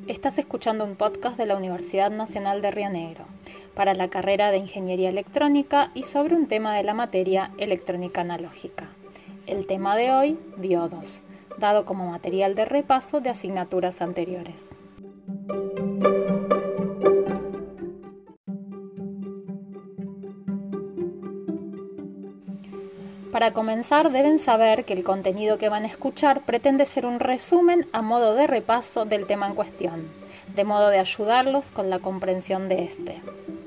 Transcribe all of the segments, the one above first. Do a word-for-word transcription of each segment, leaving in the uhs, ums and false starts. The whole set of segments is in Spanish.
Estás escuchando un podcast de la Universidad Nacional de Río Negro para la carrera de Ingeniería Electrónica y sobre un tema de la materia electrónica analógica. El tema de hoy, diodos, dado como material de repaso de asignaturas anteriores. Para comenzar, deben saber que el contenido que van a escuchar pretende ser un resumen a modo de repaso del tema en cuestión, de modo de ayudarlos con la comprensión de este.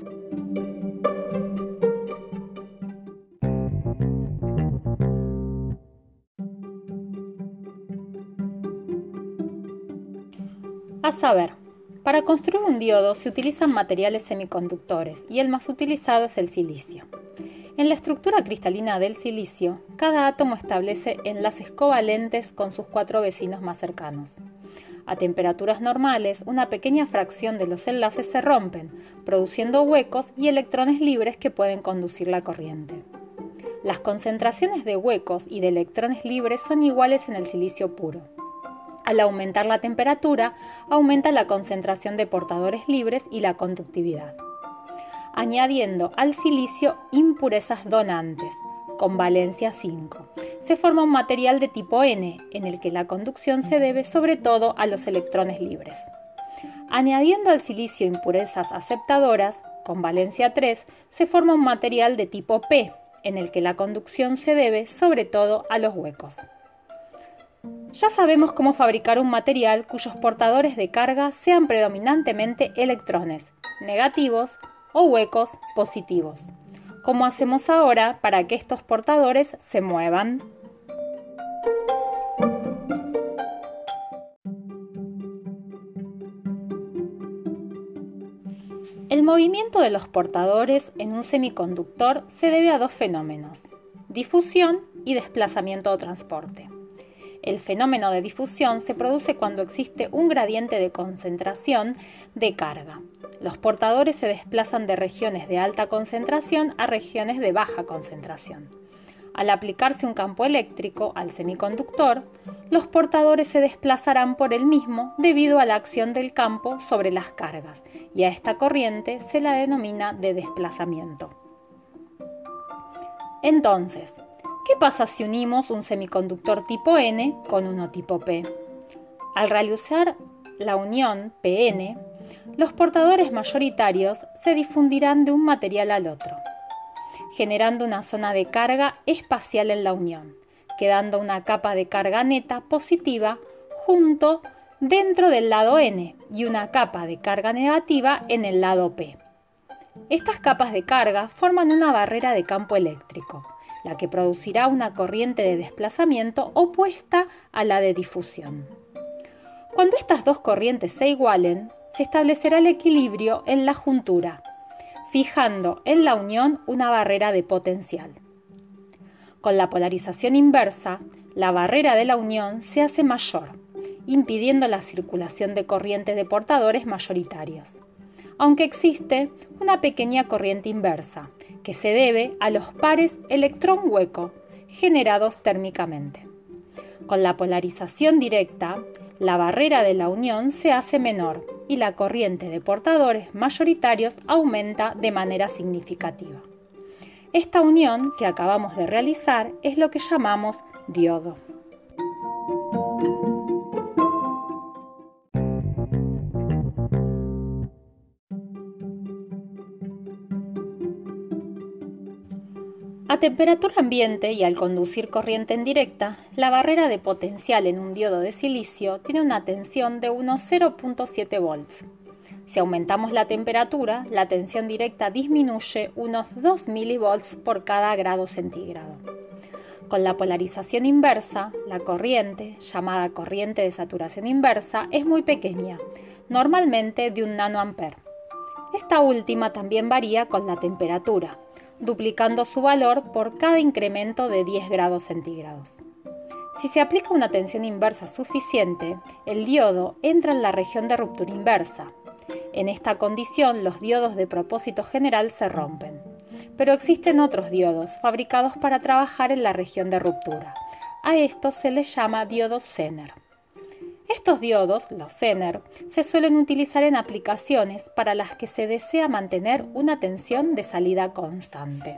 A saber, para construir un diodo se utilizan materiales semiconductores y el más utilizado es el silicio. En la estructura cristalina del silicio, cada átomo establece enlaces covalentes con sus cuatro vecinos más cercanos. A temperaturas normales, una pequeña fracción de los enlaces se rompen, produciendo huecos y electrones libres que pueden conducir la corriente. Las concentraciones de huecos y de electrones libres son iguales en el silicio puro. Al aumentar la temperatura, aumenta la concentración de portadores libres y la conductividad, añadiendo al silicio impurezas donantes, con valencia cinco. Se forma un material de tipo N, en el que la conducción se debe sobre todo a los electrones libres. Añadiendo al silicio impurezas aceptadoras, con valencia tres, se forma un material de tipo P, en el que la conducción se debe sobre todo a los huecos. Ya sabemos cómo fabricar un material cuyos portadores de carga sean predominantemente electrones, negativos, o huecos positivos. ¿Cómo hacemos ahora para que estos portadores se muevan? El movimiento de los portadores en un semiconductor se debe a dos fenómenos: difusión y desplazamiento o transporte. El fenómeno de difusión se produce cuando existe un gradiente de concentración de carga. Los portadores se desplazan de regiones de alta concentración a regiones de baja concentración. Al aplicarse un campo eléctrico al semiconductor, los portadores se desplazarán por el mismo debido a la acción del campo sobre las cargas, y a esta corriente se la denomina de desplazamiento. Entonces, ¿qué pasa si unimos un semiconductor tipo N con uno tipo P? Al realizar la unión P N, los portadores mayoritarios se difundirán de un material al otro, generando una zona de carga espacial en la unión, quedando una capa de carga neta positiva junto dentro del lado N y una capa de carga negativa en el lado P. Estas capas de carga forman una barrera de campo eléctrico, la que producirá una corriente de desplazamiento opuesta a la de difusión. Cuando estas dos corrientes se igualen, se establecerá el equilibrio en la juntura, fijando en la unión una barrera de potencial. Con la polarización inversa, la barrera de la unión se hace mayor, impidiendo la circulación de corrientes de portadores mayoritarios, aunque existe una pequeña corriente inversa, que se debe a los pares electrón-hueco generados térmicamente. Con la polarización directa, la barrera de la unión se hace menor y la corriente de portadores mayoritarios aumenta de manera significativa. Esta unión que acabamos de realizar es lo que llamamos diodo. A temperatura ambiente y al conducir corriente en directa, la barrera de potencial en un diodo de silicio tiene una tensión de unos cero punto siete volts. Si aumentamos la temperatura, la tensión directa disminuye unos dos milivolts por cada grado centígrado. Con la polarización inversa, la corriente, llamada corriente de saturación inversa, es muy pequeña, normalmente de un nanoampere. Esta última también varía con la temperatura, duplicando su valor por cada incremento de diez grados centígrados. Si se aplica una tensión inversa suficiente, el diodo entra en la región de ruptura inversa. En esta condición, los diodos de propósito general se rompen. Pero existen otros diodos fabricados para trabajar en la región de ruptura. A estos se les llama diodos Zener. Estos diodos, los Zener, se suelen utilizar en aplicaciones para las que se desea mantener una tensión de salida constante.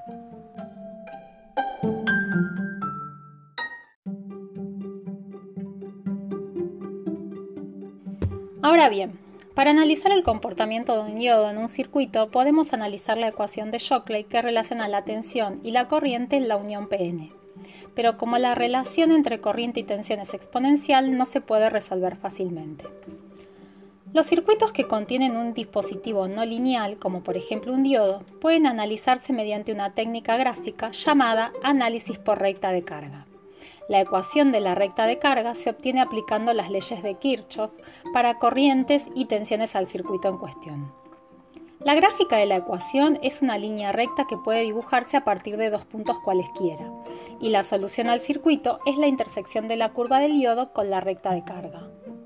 Ahora bien, para analizar el comportamiento de un diodo en un circuito, podemos analizar la ecuación de Shockley que relaciona la tensión y la corriente en la unión P N. Pero como la relación entre corriente y tensión es exponencial, no se puede resolver fácilmente. Los circuitos que contienen un dispositivo no lineal, como por ejemplo un diodo, pueden analizarse mediante una técnica gráfica llamada análisis por recta de carga. La ecuación de la recta de carga se obtiene aplicando las leyes de Kirchhoff para corrientes y tensiones al circuito en cuestión. La gráfica de la ecuación es una línea recta que puede dibujarse a partir de dos puntos cualesquiera, y la solución al circuito es la intersección de la curva del diodo con la recta de carga.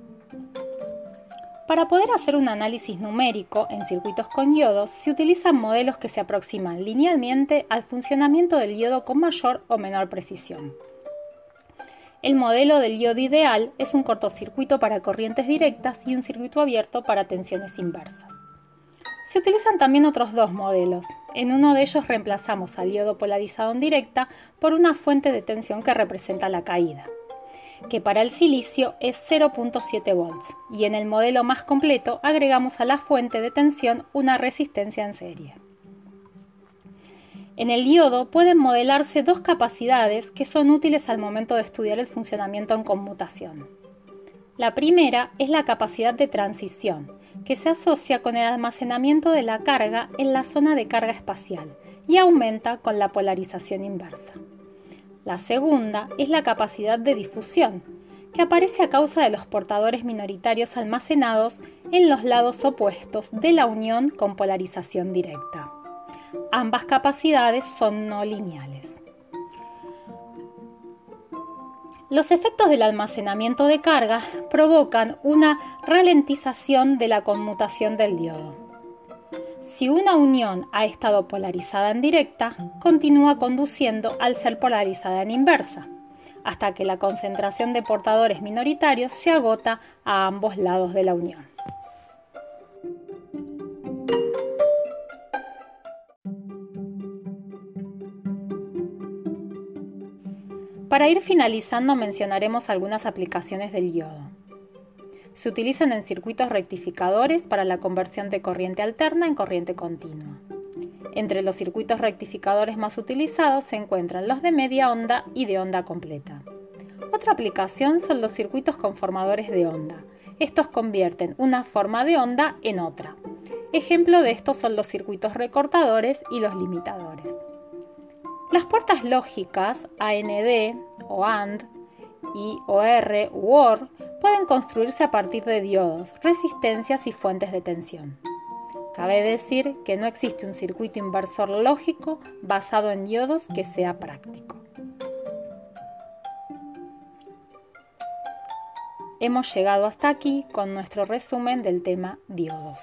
Para poder hacer un análisis numérico en circuitos con diodos, se utilizan modelos que se aproximan linealmente al funcionamiento del diodo con mayor o menor precisión. El modelo del diodo ideal es un cortocircuito para corrientes directas y un circuito abierto para tensiones inversas. Se utilizan también otros dos modelos. En uno de ellos reemplazamos al diodo polarizado en directa por una fuente de tensión que representa la caída, que para el silicio es cero punto siete volts, y en el modelo más completo agregamos a la fuente de tensión una resistencia en serie. En el diodo pueden modelarse dos capacidades que son útiles al momento de estudiar el funcionamiento en conmutación. La primera es la capacidad de transición, que se asocia con el almacenamiento de la carga en la zona de carga espacial y aumenta con la polarización inversa. La segunda es la capacidad de difusión, que aparece a causa de los portadores minoritarios almacenados en los lados opuestos de la unión con polarización directa. Ambas capacidades son no lineales. Los efectos del almacenamiento de carga provocan una ralentización de la conmutación del diodo. Si una unión ha estado polarizada en directa, continúa conduciendo al ser polarizada en inversa, hasta que la concentración de portadores minoritarios se agota a ambos lados de la unión. Para ir finalizando, mencionaremos algunas aplicaciones del diodo. Se utilizan en circuitos rectificadores para la conversión de corriente alterna en corriente continua. Entre los circuitos rectificadores más utilizados se encuentran los de media onda y de onda completa. Otra aplicación son los circuitos conformadores de onda. Estos convierten una forma de onda en otra. Ejemplo de estos son los circuitos recortadores y los limitadores. Las puertas lógicas A N D o A N D y O R u O R pueden construirse a partir de diodos, resistencias y fuentes de tensión. Cabe decir que no existe un circuito inversor lógico basado en diodos que sea práctico. Hemos llegado hasta aquí con nuestro resumen del tema diodos.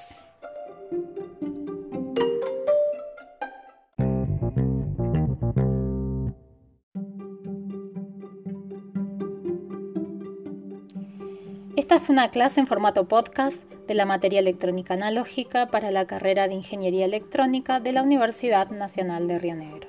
Esta fue una clase en formato podcast de la materia electrónica analógica para la carrera de Ingeniería Electrónica de la Universidad Nacional de Río Negro.